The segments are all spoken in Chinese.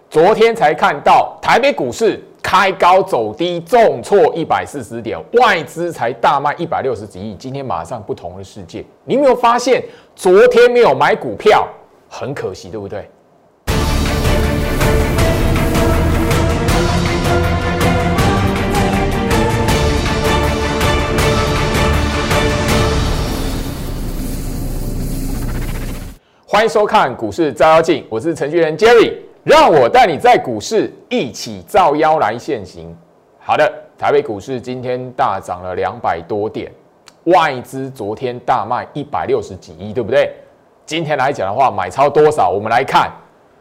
昨天才看到台北股市开高走低，重挫140点，外资才大卖160几亿。今天马上不同的世界，你有没有发现昨天没有买股票，很可惜，对不对？欢迎收看股市照妖镜，我是程序员 Jerry， 让我带你在股市一起照妖来现行。好的，台北股市今天大涨了200多点，外资昨天大卖160几亿，对不对？今天来讲的话，买超多少？我们来看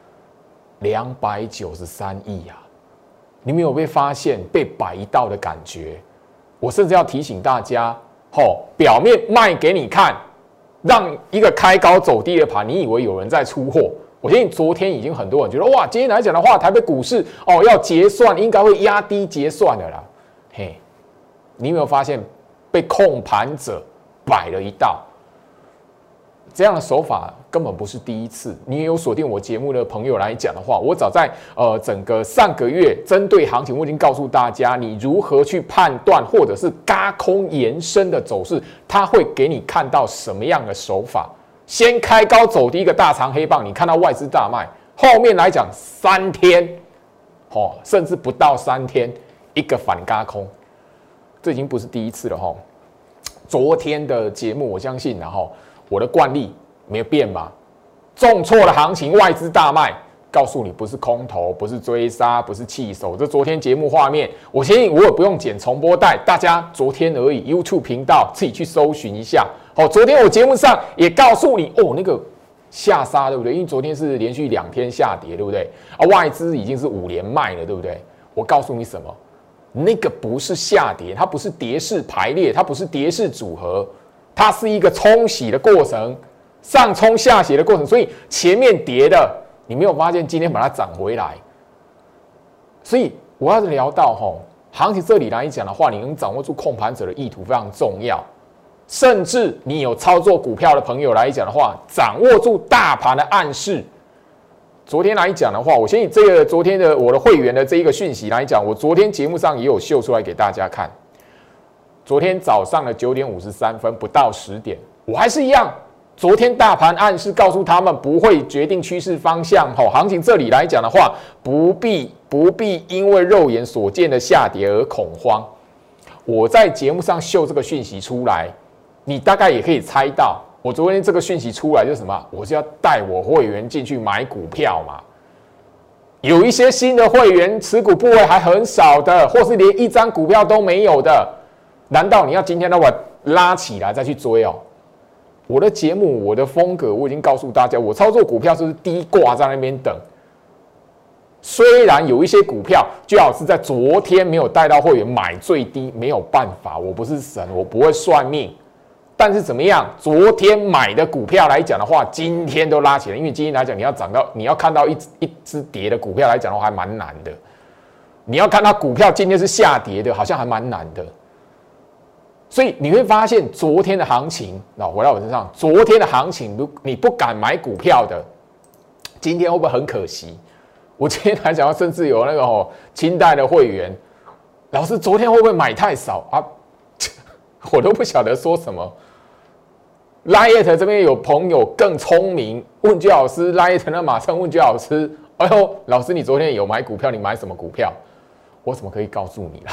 293亿啊！你们有被发现被摆一道的感觉？我甚至要提醒大家，表面卖给你看。让一个开高走低的盘，你以为有人在出货？我相信昨天已经很多人觉得，哇，今天来讲的话，台北股市要结算，应该会压低结算的啦。嘿，你有没有发现被控盘者摆了一道？这样的手法根本不是第一次。你也有锁定我节目的朋友来讲的话，我早在整个上个月针对行情，我已经告诉大家，你如何去判断或者是軋空延伸的走势，它会给你看到什么样的手法。先开高走低一个大长黑棒，你看到外资大卖，后面来讲3天，甚至不到3天一个反軋空，这已经不是第一次了哈。昨天的节目，我相信然后。我的惯例没有变嘛？重挫的行情，外资大卖，告诉你不是空头，不是追杀，不是弃守。这昨天节目画面，我相信我也不用剪重播带，大家昨天而已 YouTube 频道自己去搜寻一下。昨天我节目上也告诉你那个下杀对不对？因为昨天是连续2天下跌，对不对？外资已经是5连卖了，对不对？我告诉你什么？那个不是下跌，它不是跌势排列，它不是跌势组合。它是一个冲洗的过程，上冲下洗的过程，所以前面跌的，你没有发现今天把它涨回来。所以我要聊到行情这里来讲的话，你能掌握住控盘者的意图非常重要。甚至你有操作股票的朋友来讲的话，掌握住大盘的暗示。昨天来讲的话，我先以这个昨天的我的会员的这一个讯息来讲，我昨天节目上也有秀出来给大家看。昨天早上的9点53分，不到10点，我还是一样。昨天大盘暗示告诉他们不会决定趋势方向，行情这里来讲的话，不必因为肉眼所见的下跌而恐慌。我在节目上秀这个讯息出来，你大概也可以猜到，我昨天这个讯息出来就是什么？我就要带我会员进去买股票嘛。有一些新的会员持股部位还很少的，或是连一张股票都没有的。难道你要今天把我拉起来再去追哦？我的节目，我的风格，我已经告诉大家，我操作股票就是低挂在那边等。虽然有一些股票最好是在昨天没有带到会员买最低，没有办法，我不是神，我不会算命。但是怎么样？昨天买的股票来讲的话，今天都拉起来，因为今天来讲你要看到一只跌的股票来讲的话，还蛮难的。你要看到股票今天是下跌的，好像还蛮难的。所以你会发现，昨天的行情，回到我身上，昨天的行情，你不敢买股票的，今天会不会很可惜？我今天来讲，甚至有那个清代的会员，老师昨天会不会买太少啊？我都不晓得说什么。Line 这边有朋友更聪明，问居老师 ，Line 那马上问居老师，哎呦，老师你昨天有买股票，你买什么股票？我怎么可以告诉你啦？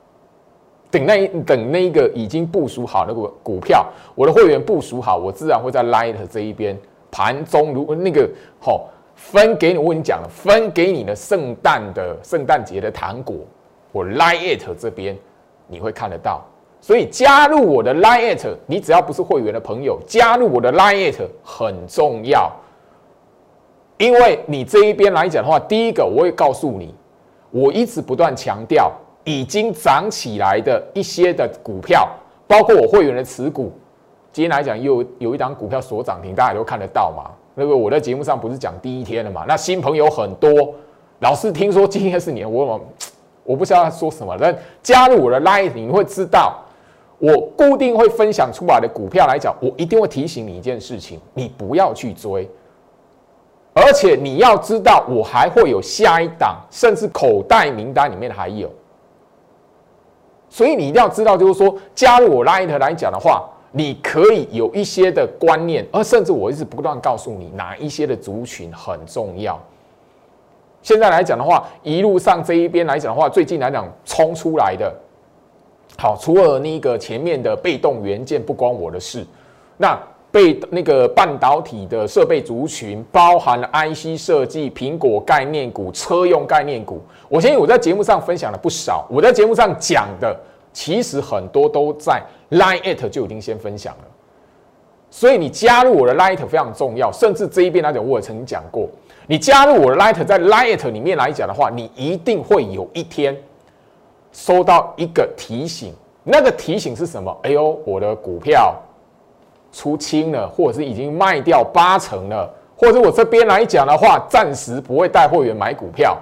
等那个已经部署好的股票，我的会员部署好，我自然会在 Light 这一边盘中，如果那个分给你，我跟你讲了，分给你的圣诞节的糖果，我 Light 这边你会看得到。所以加入我的 Light， 你只要不是会员的朋友，加入我的 Light 很重要，因为你这一边来讲的话，第一个我会告诉你，我一直不断强调。已经涨起来的一些的股票，包括我会员的持股，今天来讲有一档股票锁涨停，大家都看得到嘛？那个我在节目上不是讲第1天了嘛？那新朋友很多，老师听说今天是你，我不知道他说什么，但加入我的 Line， 你会知道，我固定会分享出来的股票来讲，我一定会提醒你一件事情，你不要去追。 而且你要知道，我还会有下一档，甚至口袋名单里面还有。所以你一定要知道，就是说加入我 Light 来讲的话，你可以有一些的观念，而甚至我一直不断告诉你哪一些的族群很重要。现在来讲的话，一路上这一边来讲的话，最近来讲冲出来的，好，除了那个前面的被动元件不关我的事，那那个半导体的设备族群，包含了 IC 设计、苹果概念股、车用概念股。我相信我在节目上分享了不少，我在节目上讲的，其实很多都在 Line@ 就已经先分享了。所以你加入我的 Line@ 非常重要，甚至这一边来讲，我也曾经讲过，你加入我的 Line@ 在 Line@ 里面来讲的话，你一定会有一天收到一个提醒。那个提醒是什么？哎呦，我的股票出清了，或者是已经卖掉80%了，或者我这边来讲的话，暂时不会带会员买股票，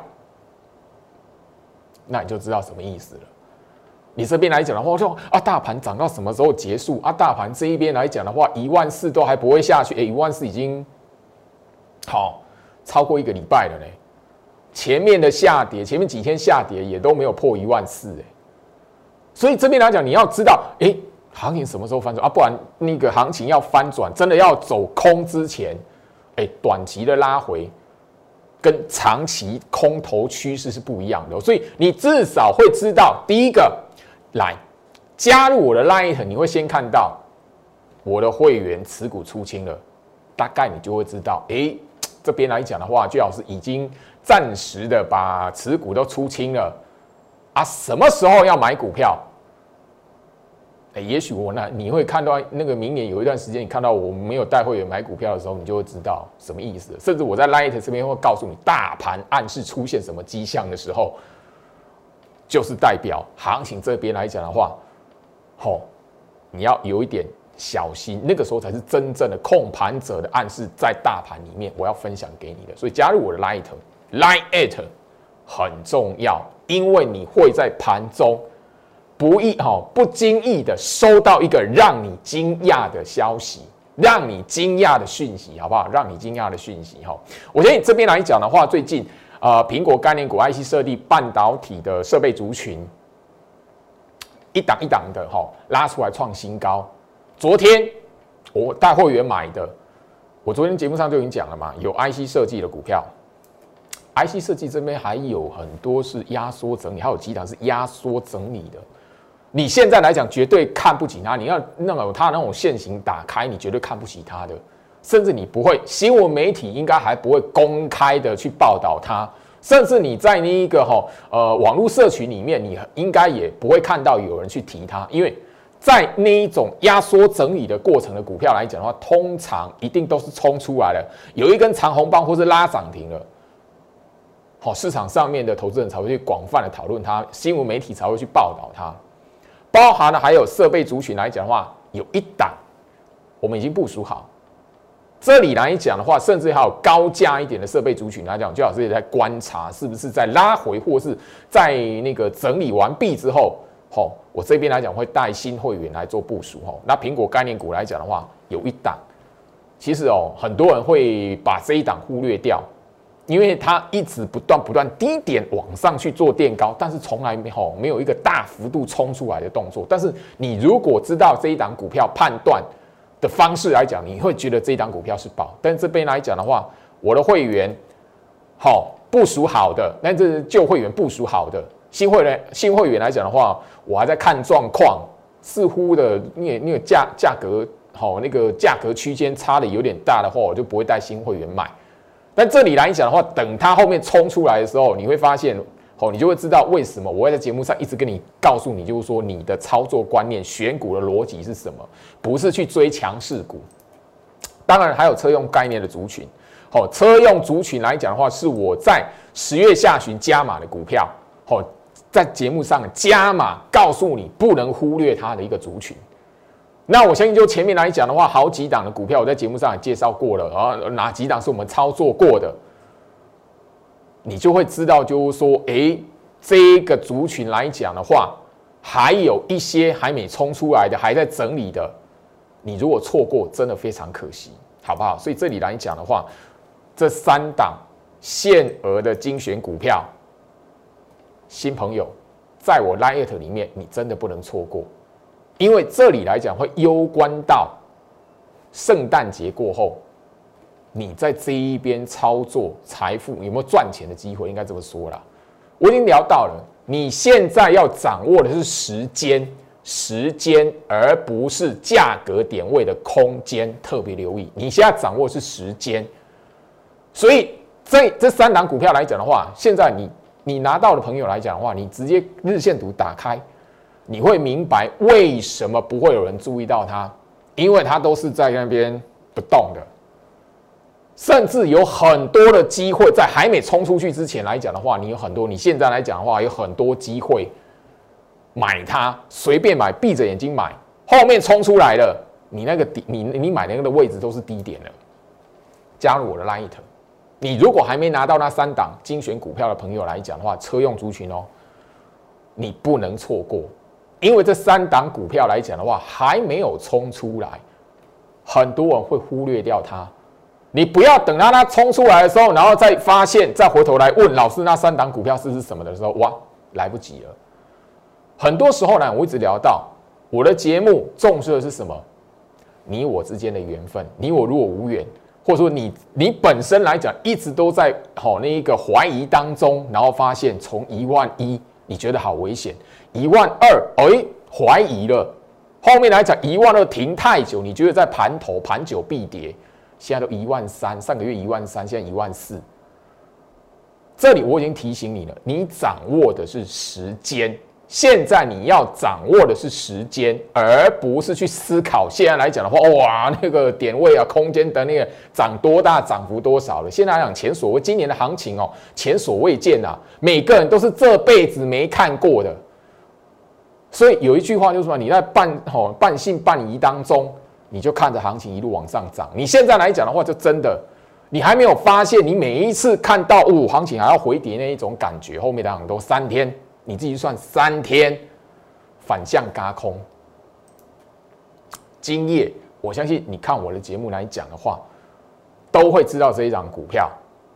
那你就知道什么意思了。你这边来讲的话，我说啊，大盘涨到什么时候结束啊？大盘这一边来讲的话，14000都还不会下去，14000已经好超过1个礼拜了呢。前面的下跌，前面几天下跌也都没有破14000所以这边来讲，你要知道，行情什么时候翻转啊？不然那个行情要翻转，真的要走空之前，短期的拉回跟长期空头趋势是不一样的，所以你至少会知道，第一个，来加入我的 Line， 你会先看到我的会员持股出清了，大概你就会知道，这边来讲的话，最好是已经暂时的把持股都出清了啊，什么时候要买股票？也许你会看到那个明年有一段时间，你看到我没有带会员买股票的时候，你就会知道什么意思了。甚至我在 Light 这边会告诉你，大盘暗示出现什么迹象的时候，就是代表行情这边来讲的话，你要有一点小心，那个时候才是真正的控盘者的暗示，在大盘里面我要分享给你的。所以加入我的 Light 很重要，因为你会在盘中不经意的收到一个让你惊讶的消息，让你惊讶的讯息，好不好？让你惊讶的讯息哈。我觉得你这边来讲的话，最近苹果概念股、IC 设计、半导体的设备族群，一档一档的拉出来创新高。昨天我带会员买的，我昨天节目上就已经讲了嘛，有 IC 设计的股票。IC 设计这边还有很多是压缩整理，还有几档是压缩整理的。你现在来讲绝对看不起它，你要它那种线型打开，你绝对看不起它的，甚至你不会，新闻媒体应该还不会公开的去报道它，甚至你在那一个网络社群里面，你应该也不会看到有人去提它，因为在那一种压缩整理的过程的股票来讲的话，通常一定都是冲出来了，有一根长红棒或是拉涨停了。市场上面的投资人才会去广泛的讨论它，新闻媒体才会去报道它，包含了还有设备族群来讲的话，有一档我们已经部署好。这里来讲的话，甚至还有高价一点的设备族群来讲，最好是在观察是不是在拉回，或是在那个整理完毕之后，我这边来讲会带新会员来做部署。那苹果概念股来讲的话，有一档，其实很多人会把这一档忽略掉。因为它一直不断低点往上去做垫高，但是从来没有一个大幅度冲出来的动作。但是你如果知道这一档股票判断的方式来讲，你会觉得这一档股票是宝。但这边来讲的话，我的会员部署好的，但是旧会员部署好的，新会员来讲的话，我还在看状况，似乎的那个价格那个价格区间差的有点大的话，我就不会带新会员买。但这里来讲的话，等它后面冲出来的时候，你会发现，你就会知道为什么我会在节目上一直跟你告诉你，就是说你的操作观念、选股的逻辑是什么，不是去追强势股。当然还有车用概念的族群，车用族群来讲的话，是我在10月下旬加码的股票，在节目上加码，告诉你不能忽略它的一个族群。那我相信就前面来讲的话，好几档的股票我在节目上也介绍过了，哪几档是我们操作过的，你就会知道，就是说，这个族群来讲的话，还有一些还没冲出来的，还在整理的，你如果错过，真的非常可惜，好不好？所以这里来讲的话， 这3档限额的精选股票，新朋友，在我 Line 里面，你真的不能错过，因为这里来讲会攸关到圣诞节过后，你在这一边操作财富有没有赚钱的机会？应该这么说啦。我已经聊到了，你现在要掌握的是时间，而不是价格点位的空间，特别留意。你现在掌握的是时间，所以这3档股票来讲的话，现在你拿到的朋友来讲的话，你直接日线图打开，你会明白为什么不会有人注意到它，因为它都是在那边不动的，甚至有很多的机会在还没冲出去之前来讲的话，你现在来讲的话有很多机会。买它，随便买，闭着眼睛买，后面冲出来了，你那个你买的那个位置都是低点了。加入我的 Line， 你如果还没拿到那3档精选股票的朋友来讲的话，车用族群哦，你不能错过，因为这3档股票来讲的话还没有冲出来，很多人会忽略掉它。你不要等它冲出来的时候，然后再发现，再回头来问老师那3档股票是什么的时候，哇，来不及了。很多时候呢，我一直聊到我的节目重视的是什么？你我之间的缘分。你我如果无缘，或者说你本身来讲一直都在那一个怀疑当中，然后发现从11000你觉得好危险，12000怀疑了，后面来讲12000停太久，你觉得在盘头盘久必跌，现在都13000，上个月13000，现在14000。这里我已经提醒你了，你掌握的是时间。现在你要掌握的是时间，而不是去思考现在来讲的话，哇，那个点位啊、空间的那个涨多大、涨幅多少了。现在来讲，前所未今年的行情哦，前所未见啊，每个人都是这辈子没看过的。所以有一句话就是说，你在半信半疑当中，你就看着行情一路往上涨。你现在来讲的话，就真的，你还没有发现，你每一次看到行情还要回跌那一种感觉，后面来讲都3天。你自己算3天反向軋空，今夜我相信你看我的节目来讲的话，都会知道这一档股票，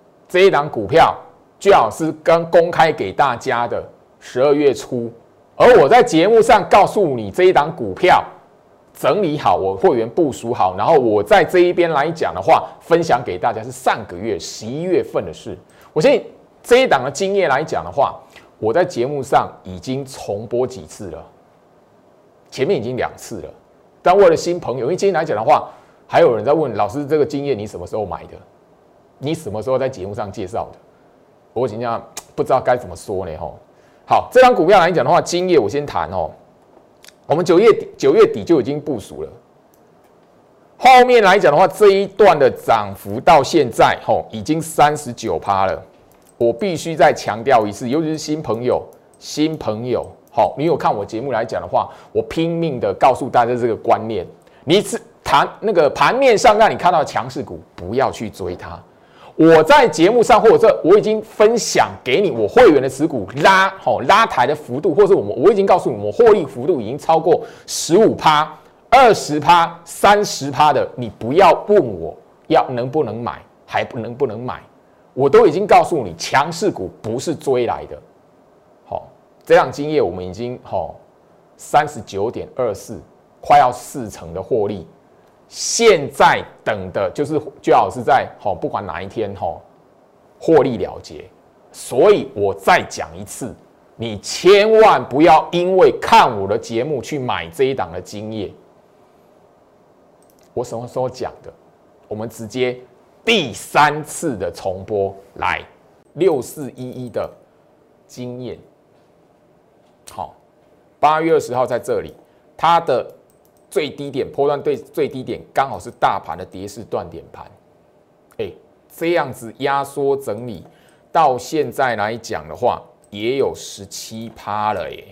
最好是刚公开给大家的12月初，而我在节目上告诉你这一档股票整理好，我会员部署好，然后我在这一边来讲的话，分享给大家是上个月11月份的事。我相信这一档的经验来讲的话，我在节目上已经重播几次了，前面已经2次了。但为了新朋友，因为今天来讲的话，还有人在问老师这个经验你什么时候买的？你什么时候在节目上介绍的？我现在不知道该怎么说呢。好，这张股票来讲的话，今夜我先谈哦。我们9月底就已经部署了。后面来讲的话，这一段的涨幅到现在已经39%了。我必须再强调一次，尤其是新朋友，你有看我节目来讲的话，我拼命的告诉大家这个观念：你是那个盘面上让你看到的强势股，不要去追它。我在节目上或者我已经分享给你我会员的持股拉抬的幅度，或是我已经告诉你，我获利幅度已经超过15%、20%、30%的，你不要问我能不能买，还能不能买。我都已经告诉你，强势股不是追来的。这样今夜我们已经39.24，快要40%的获利。现在等的就是最好是在不管哪一天获利了结。所以我再讲一次，你千万不要因为看我的节目去买这一档的经验。我什么时候讲的？我们直接第3次的重播来6411的经验。好，8月20号在这里，它的最低点波段对最低点刚好是大盘的跌势断点盘。这样子压缩整理到现在来讲的话，也有17%了耶。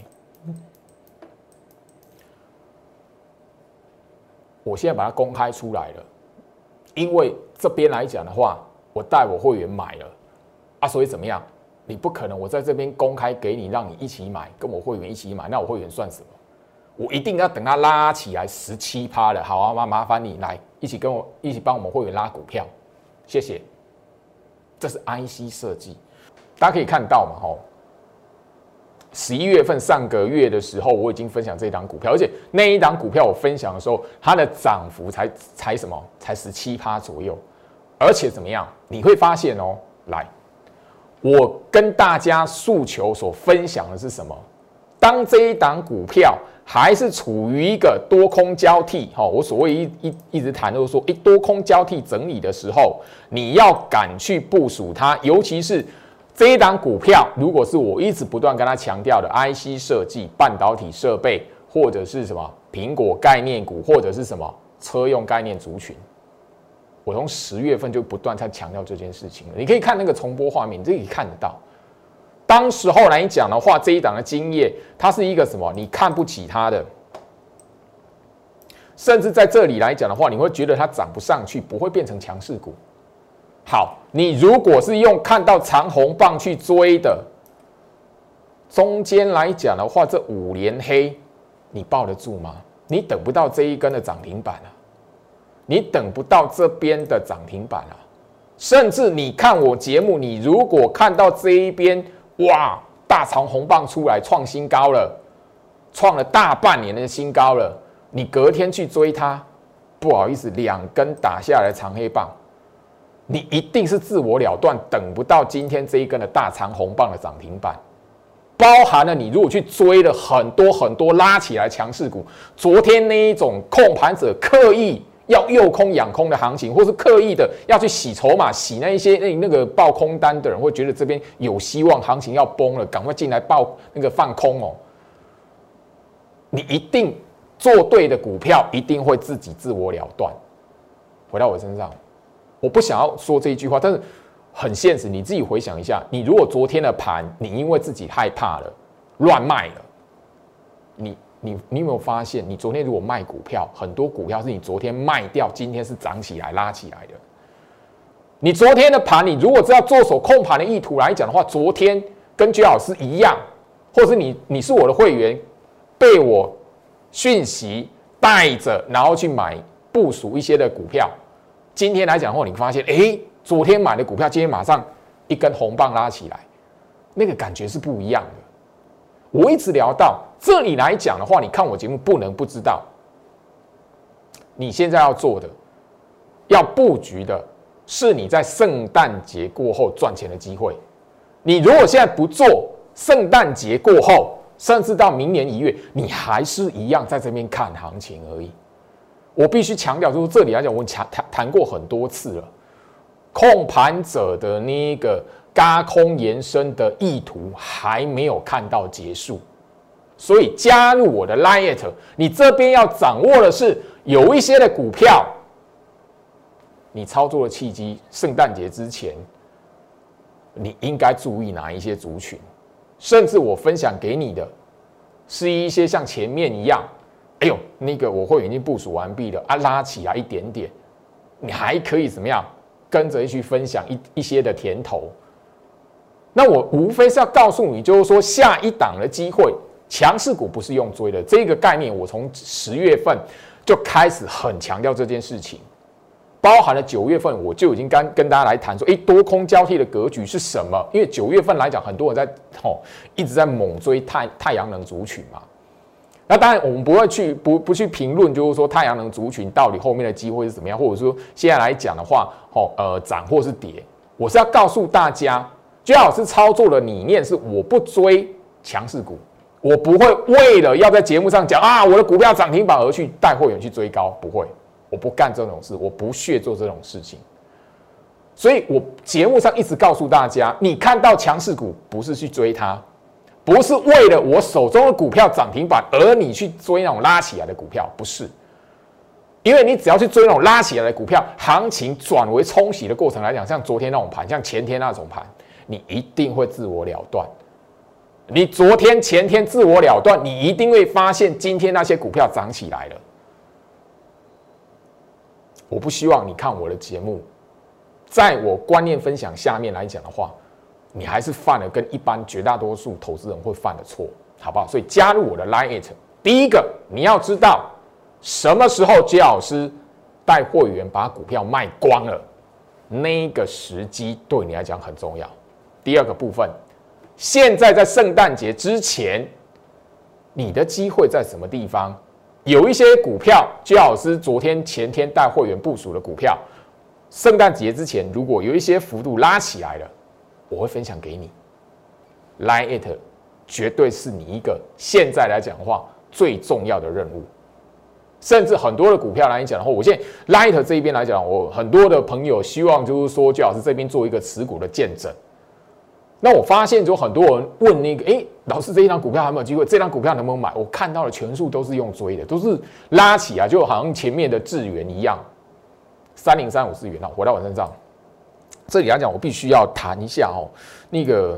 我现在把它公开出来了。因为这边来讲的话，我带我会员买了所以怎么样？你不可能我在这边公开给你，让你一起买，跟我会员一起买，那我会员算什么？我一定要等它拉起来17%了。好啊，麻烦你来一起帮我们会员拉股票，谢谢。 这是 IC 设计，大家可以看到嘛，11月份上个月的时候，我已经分享这一档股票，而且那一档股票我分享的时候，它的涨幅才什么？才17%左右，而且怎么样？你会发现哦，来，我跟大家诉求所分享的是什么？当这一档股票还是处于一个多空交替，我所谓一直谈就是说，多空交替整理的时候，你要敢去部署它，尤其是这一档股票，如果是我一直不断跟他强调的 IC 设计、半导体设备，或者是什么苹果概念股，或者是什么车用概念族群，我从10月份就不断在强调这件事情了。你可以看那个重播画面，你自己可以看得到。当时候来讲的话，这一档的经验，它是一个什么？你看不起它的，甚至在这里来讲的话，你会觉得它涨不上去，不会变成强势股。好，你如果是用看到长红棒去追的，中间来讲的话，这5连黑，你抱得住吗？你等不到这一根的涨停板啊，你等不到这边的涨停板啊，甚至你看我节目，你如果看到这一边，哇，大长红棒出来创新高了，创了大半年的新高了，你隔天去追它，不好意思，2根打下来的长黑棒。你一定是自我了断，等不到今天这一根的大长红棒的涨停板，包含了你如果去追了很多拉起来强势股，昨天那一种控盘者刻意要诱空养空的行情，或是刻意的要去洗筹码，洗那一些那个爆空单的人，会觉得这边有希望，行情要崩了，赶快进来爆那个放空哦。你一定做对的股票，一定会自己自我了断。回到我身上。我不想要说这一句话，但是很现实。你自己回想一下，你如果昨天的盘，你因为自己害怕了，乱卖了，你有没有发现，你昨天如果卖股票，很多股票是你昨天卖掉，今天是涨起来拉起来的。你昨天的盘，你如果知道做手控盘的意图来讲的话，昨天跟居老师一样，或是你是我的会员，被我讯息带着，然后去买部署一些的股票。今天来讲的话，你发现，昨天买的股票，今天马上一根红棒拉起来，那个感觉是不一样的。我一直聊到这里来讲的话，你看我节目不能不知道，你现在要做的、要布局的，是你在圣诞节过后赚钱的机会。你如果现在不做，圣诞节过后，甚至到明年1月，你还是一样在这边看行情而已。我必须强调，就是这里来讲，我谈过很多次了，控盘者的那个軋空延伸的意图还没有看到结束，所以加入我的 Line， 你这边要掌握的是有一些的股票，你操作的契机，圣诞节之前，你应该注意哪一些族群，甚至我分享给你的是一些像前面一样。那个我会员已经部署完毕了啊，拉起来一点点，你还可以怎么样？跟着去分享一些的甜头。那我无非是要告诉你，就是说下一档的机会，强势股不是用追的这个概念，我从10月份就开始很强调这件事情，包含了9月份我就已经跟大家来谈说，多空交替的格局是什么？因为9月份来讲，很多人在一直在猛追太阳能族群嘛。那当然，我们不会不去评论，就是说太阳能族群到底后面的机会是怎么样，或者说现在来讲的话，涨或是跌，我是要告诉大家，居老师操作的理念是，我不追强势股，我不会为了要在节目上讲啊，我的股票涨停板而去带会员去追高，不会，我不干这种事，我不屑做这种事情。所以我节目上一直告诉大家，你看到强势股，不是去追它。不是为了我手中的股票涨停板而你去追那种拉起来的股票，不是，因为你只要去追那种拉起来的股票，行情转为冲洗的过程来讲，像昨天那种盘，像前天那种盘，你一定会自我了断。你昨天、前天自我了断，你一定会发现今天那些股票涨起来了。我不希望你看我的节目，在我观念分享下面来讲的话，你还是犯了跟一般绝大多数投资人会犯的错，好不好？所以加入我的 Line， 第一个你要知道什么时候J老师带会员把股票卖光了， 那个时机对你来讲很重要。第二个部分，现在在圣诞节之前，你的机会在什么地方？有一些股票，焦老师昨天、前天带会员部署的股票，圣诞节之前如果有一些幅度拉起来了，我会分享给你。Line it 绝对是你一个现在来讲的话最重要的任务。甚至很多的股票来讲的话，我现在 Line it 这一边来讲，我很多的朋友希望就是说，焦老师这边做一个持股的见证。那我发现就很多人问那个，老师这一张股票还有没有机会？这张股票能不能买？我看到的全数都是用追的，都是拉起啊，就好像前面的智原一样，3035智原。回到我身上，这里来讲，我必须要谈一下那个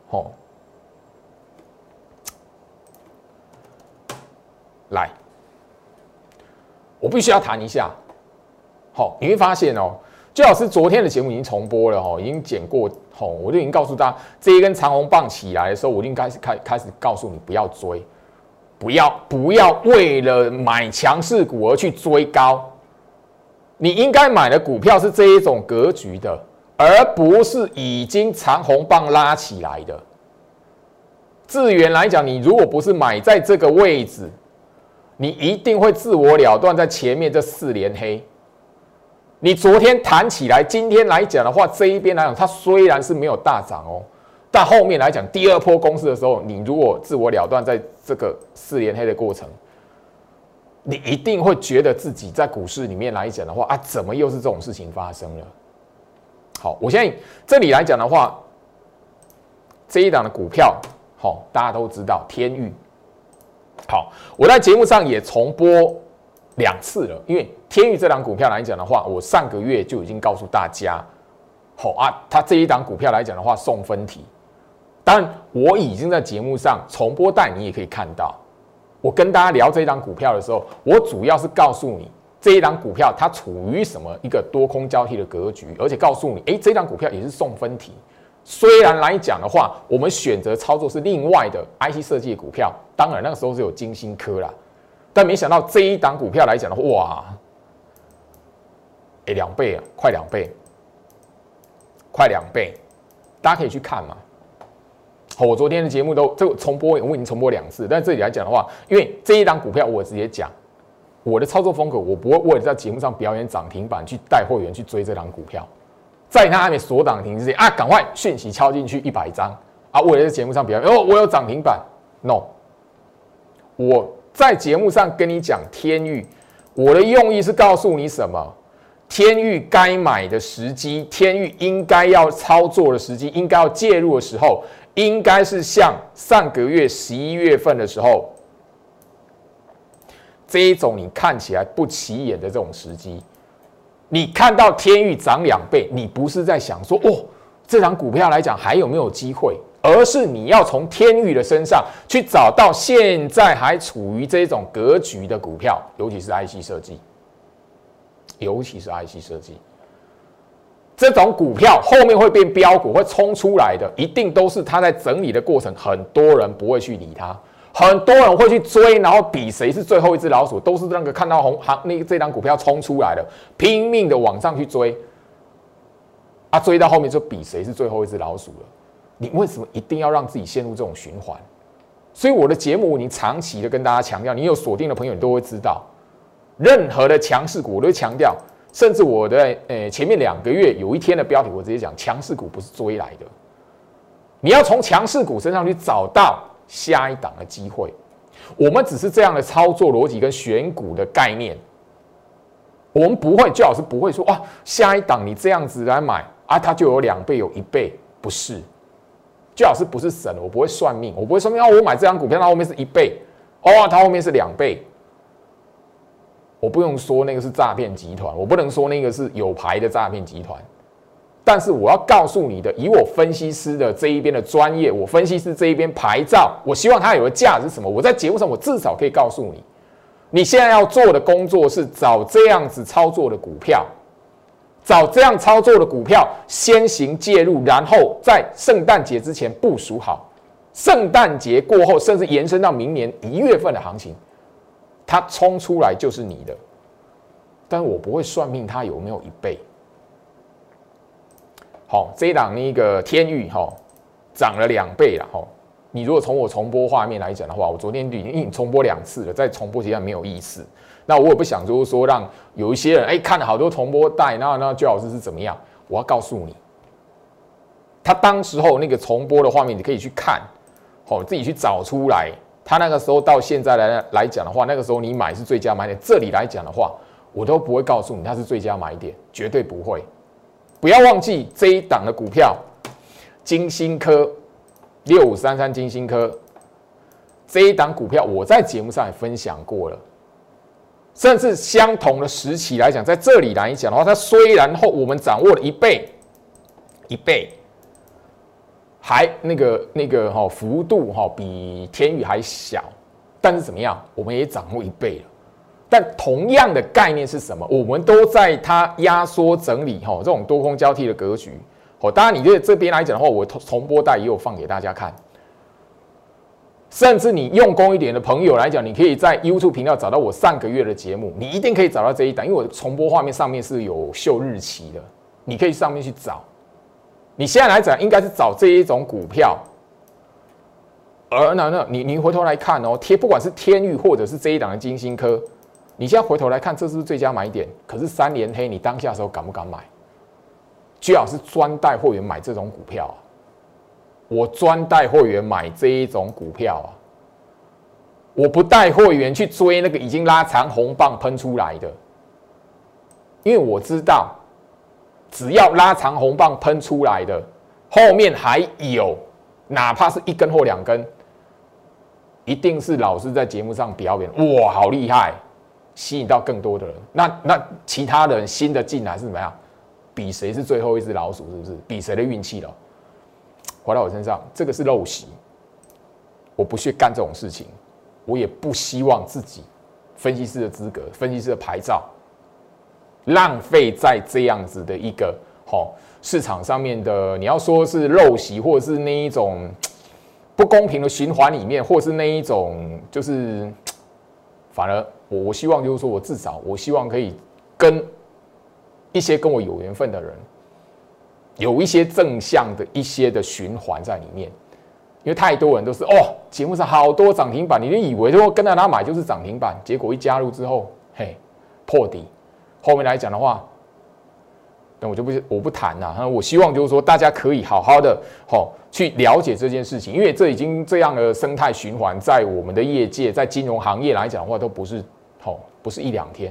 来，我必须要谈一下，你会发现焦老师昨天的节目已经重播了已经剪过我就已经告诉大家，这一根长红棒起来的时候，我已经开始告诉你不要追，不要为了买强势股而去追高。你应该买的股票是这一种格局的，而不是已经长红棒拉起来的。智原来讲，你如果不是买在这个位置，你一定会自我了断在前面这4连黑。你昨天弹起来，今天来讲的话，这一边来讲，它虽然是没有大涨但后面来讲第二波攻势的时候，你如果自我了断在这个4连黑的过程，你一定会觉得自己在股市里面来讲的话怎么又是这种事情发生了？好，我现在这里来讲的话，这一档的股票大家都知道天钰。好，我在节目上也重播2次了，因为天钰这档股票来讲的话，我上个月就已经告诉大家，它这一档股票来讲的话送分题。当然，我已经在节目上重播带，你也可以看到，我跟大家聊这一档股票的时候，我主要是告诉你这一档股票它处于什么一个多空交替的格局，而且告诉你，这一档股票也是送分题。虽然来讲的话，我们选择操作是另外的 IC 设计的股票，当然那个时候是有晶心科啦，但没想到这一档股票来讲的话，哇，2倍啊，快2倍，快2倍，大家可以去看嘛。我昨天的节目都这个重播，我已经重播2次，但这里来讲的话，因为这一档股票我直接讲，我的操作风格，我不会为了在节目上表演涨停板去带会员去追这档股票。在它还没锁涨停之前赶快讯息敲进去100张为了在节目上表演，我有涨停板 ，no， 我在节目上跟你讲天钰，我的用意是告诉你什么？天钰该买的时机，天钰应该要操作的时机，应该要介入的时候，应该是像上个月11月份的时候，这一种你看起来不起眼的这种时机。你看到天钰涨2倍，你不是在想说这档股票来讲还有没有机会，而是你要从天钰的身上去找到现在还处于这种格局的股票，尤其是 IC 设计，这种股票后面会变标股，会冲出来的，一定都是它在整理的过程，很多人不会去理它。很多人会去追，然后比谁是最后一只老鼠，都是那个看到这档股票冲出来的，拼命的往上去追，追到后面就比谁是最后一只老鼠了。你为什么一定要让自己陷入这种循环？所以我的节目，你长期的跟大家强调，你有锁定的朋友，你都会知道，任何的强势股我都会强调，甚至我的前面2个月有一天的标题，我直接讲，强势股不是追来的，你要从强势股身上去找到下一档的机会。我们只是这样的操作逻辑跟选股的概念，我们不会，最好是不会说下一档你这样子来买它就有2倍有1倍，不是，最好是不是神，我不会算命，我不会算命我买这张股票它后面是1倍它后面是2倍，我不用说那个是诈骗集团，我不能说那个是有牌的诈骗集团。但是我要告诉你的，以我分析师的这一边的专业，我分析师这一边牌照，我希望它有个价值是什么？我在节目上我至少可以告诉你，你现在要做的工作是找这样子操作的股票，找这样操作的股票，先行介入，然后在圣诞节之前部署好，圣诞节过后，甚至延伸到明年1月份的行情，它冲出来就是你的。但我不会算命它有没有1倍。 好，这一档那个天钰哈涨了2倍了哈。你如果从我重播画面来讲的话，我昨天已经重播2次了，再重播其实没有意思。那我也不想就是说让有一些人看了好多重播带，那最老师是怎么样？我要告诉你，他当时候那个重播的画面你可以去看，自己去找出来。他那个时候到现在来讲的话，那个时候你买是最佳买点。这里来讲的话，我都不会告诉你它是最佳买点，绝对不会。不要忘记这一档的股票，金星科6533金星科这一档股票，我在节目上也分享过了。甚至相同的时期来讲，在这里来讲的话，它虽然我们掌握了1倍，还那个幅度比天钰还小，但是怎么样，我们也掌握1倍了。但同样的概念是什么？我们都在它压缩整理这种多空交替的格局。当然，你这边来讲的话，我重播带也有放给大家看。甚至你用功一点的朋友来讲，你可以在 YouTube 频道找到我上个月的节目，你一定可以找到这一档，因为我重播画面上面是有秀日期的，你可以上面去找。你现在来讲，应该是找这一种股票，而你回头来看不管是天钰或者是这一档的金星科，你现在回头来看，这是不是最佳买点？可是3连黑，你当下的时候敢不敢买？最好是专带会员买这种股票我专带会员买这一种股票我不带会员去追那个已经拉长红棒喷出来的，因为我知道，只要拉长红棒喷出来的，后面还有，哪怕是1根或2根，一定是老师在节目上表演，哇，好厉害，吸引到更多的人。那其他人新的进来是怎么样？比谁是最后一只老鼠，是不是？比谁的运气了？回到我身上，这个是陋习，我不去干这种事情，我也不希望自己分析师的资格、分析师的牌照浪费在这样子的一个市场上面的，你要说是陋习，或者是那一种不公平的循环里面，或者是那一种就是反而我希望就是说我至少我希望可以跟一些跟我有缘分的人，有一些正向的一些的循环在里面，因为太多人都是节目上好多涨停板，你就以为说跟着他买就是涨停板，结果一加入之后，破底。后面来讲的话，那我不谈啦。我希望就是说大家可以好好的去了解这件事情，因为这已经这样的生态循环，在我们的业界，在金融行业来讲的话，都不是1、2天。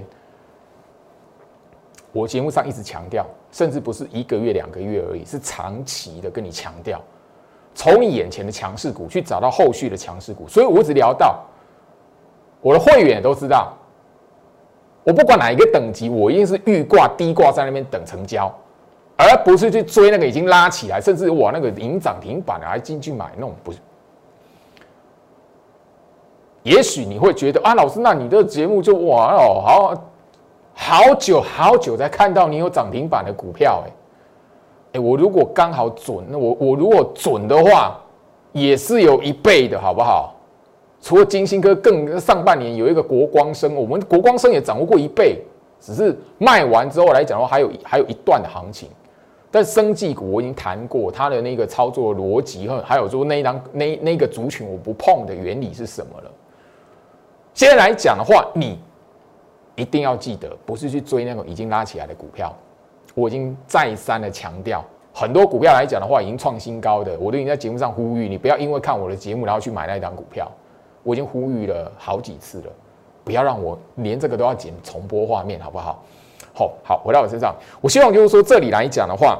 我节目上一直强调，甚至不是1个月、2个月而已，是长期的跟你强调，从你眼前的强势股去找到后续的强势股。所以我只聊到我的会员都知道，我不管哪一个等级，我一定是预挂、低挂在那边等成交，而不是去追那个已经拉起来，甚至那个已经涨停板了还进去买那种不是。也许你会觉得老师，那你的节目就好久才看到你有涨停板的股票我如果刚好准，那我如果准的话，也是有1倍的，好不好？除了金星科，更上半年有一个国光生，我们国光生也掌握过1倍，只是卖完之后来讲的话，还有一段的行情。但生技股我已经谈过它的那个操作逻辑，还有说那个族群我不碰的原理是什么了。现在来讲的话，你一定要记得，不是去追那种已经拉起来的股票。我已经再三的强调，很多股票来讲的话，已经创新高的，我都已经在节目上呼吁你，不要因为看我的节目然后去买那一档股票。我已经呼吁了好几次了，不要让我连这个都要剪重播画面，好不好？好，回到我身上，我希望就是说这里来讲的话，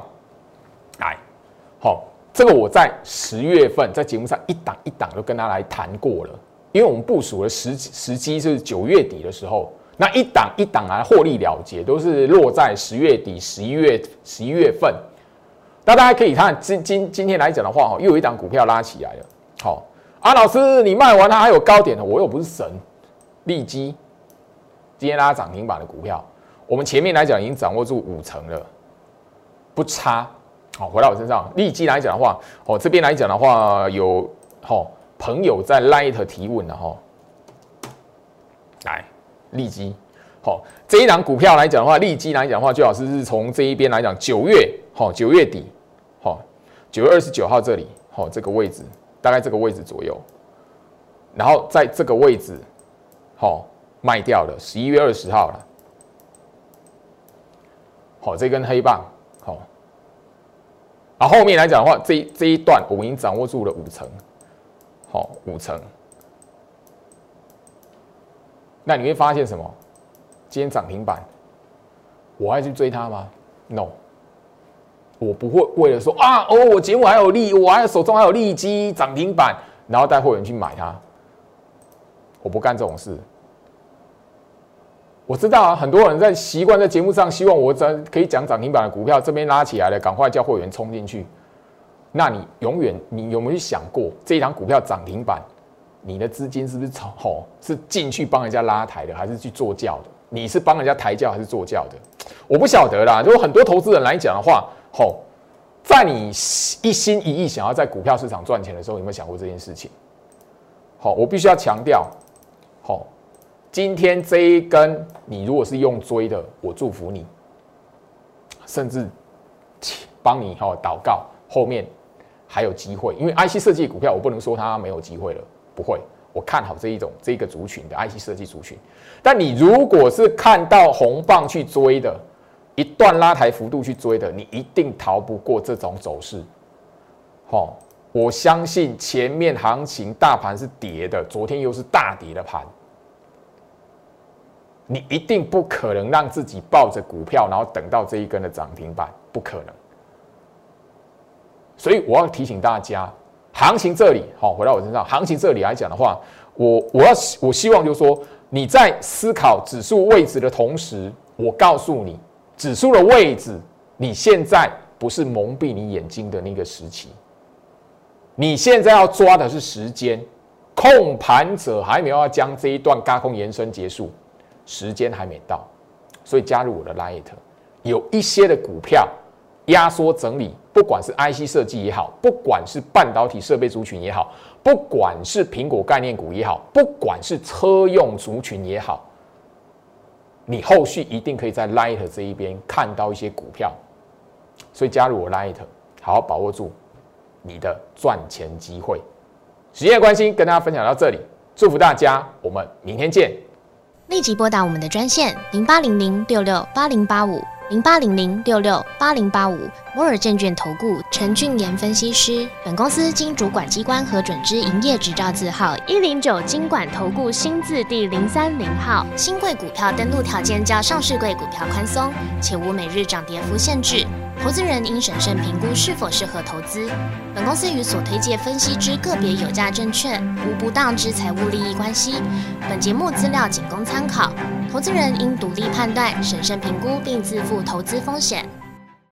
这个我在10月份在节目上一档一档都跟他来谈过了，因为我们部署的时机是9月底的时候。那一档一档来获利了结，都是落在10月底、11月份。那大家可以看今天来讲的话，又有一档股票拉起来了。老师你卖完它还有高点的，我又不是神。利基今天拉涨停板的股票，我们前面来讲已经掌握住50%了，不差。回到我身上，利基来讲的话，这边来讲的话有朋友在 Light 提问了来。利基，这一档股票来讲的话，利基来讲的话，最好是从这一边来讲，9月底 9月29号这里，这个位置大概这个位置左右，然后在这个位置，卖掉了。11月20号了，这根黑棒，后面来讲的话，这一段我已经掌握住了5成，5成。那你会发现什么？今天涨停板，我还去追它吗 ？No， 我不会为了说我节目还有我还有手中还有利基涨停板，然后带会员去买它，我不干这种事。我知道啊，很多人在习惯在节目上希望我可以讲涨停板的股票，这边拉起来了，赶快叫会员冲进去。那你有没有去想过，这一档股票涨停板，你的资金是不是是进去帮人家拉抬的，还是去做轿的？你是帮人家抬轿还是做轿的？我不晓得啦。如果很多投资人来讲的话，在你一心一意想要在股票市场赚钱的时候，有没有想过这件事情？我必须要强调，今天这一根，你如果是用追的，我祝福你，甚至帮你祷告，后面还有机会。因为 IC 设计股票，我不能说它没有机会了，不会。我看好这个族群的 IC 设计族群。但你如果是看到红棒去追的，一段拉抬幅度去追的，你一定逃不过这种走势。我相信前面行情大盘是跌的，昨天又是大跌的盘。你一定不可能让自己抱着股票，然后等到这一根的涨停板，不可能。所以我要提醒大家，行情这里，回到我身上，行情这里来讲的话，我希望就是说，你在思考指数位置的同时，我告诉你，指数的位置，你现在不是蒙蔽你眼睛的那个时期，你现在要抓的是时间，控盘者还没有要将这一段軋空延伸结束。时间还没到，所以加入我的 Lite， 有一些的股票压缩整理，不管是 IC 设计也好，不管是半导体设备族群也好，不管是苹果概念股也好，不管是车用族群也好，你后续一定可以在 Lite 这一边看到一些股票，所以加入我 Lite， 好好把握住你的赚钱机会。时间的关系，跟大家分享到这里，祝福大家，我们明天见。 立即拨打我们的专线08006680850800668085摩尔证券投顾陈俊言分析师。本公司经主管机关核准之营业执照字号109金管投顾新字第030号。新贵股票登录条件较上市贵股票宽松，且无每日涨跌幅限制。投资人应审慎评估是否适合投资。本公司与所推介分析之个别有价证券无不当之财务利益关系。本节目资料仅供参考，投资人应独立判断、审慎评估并自负投资风险。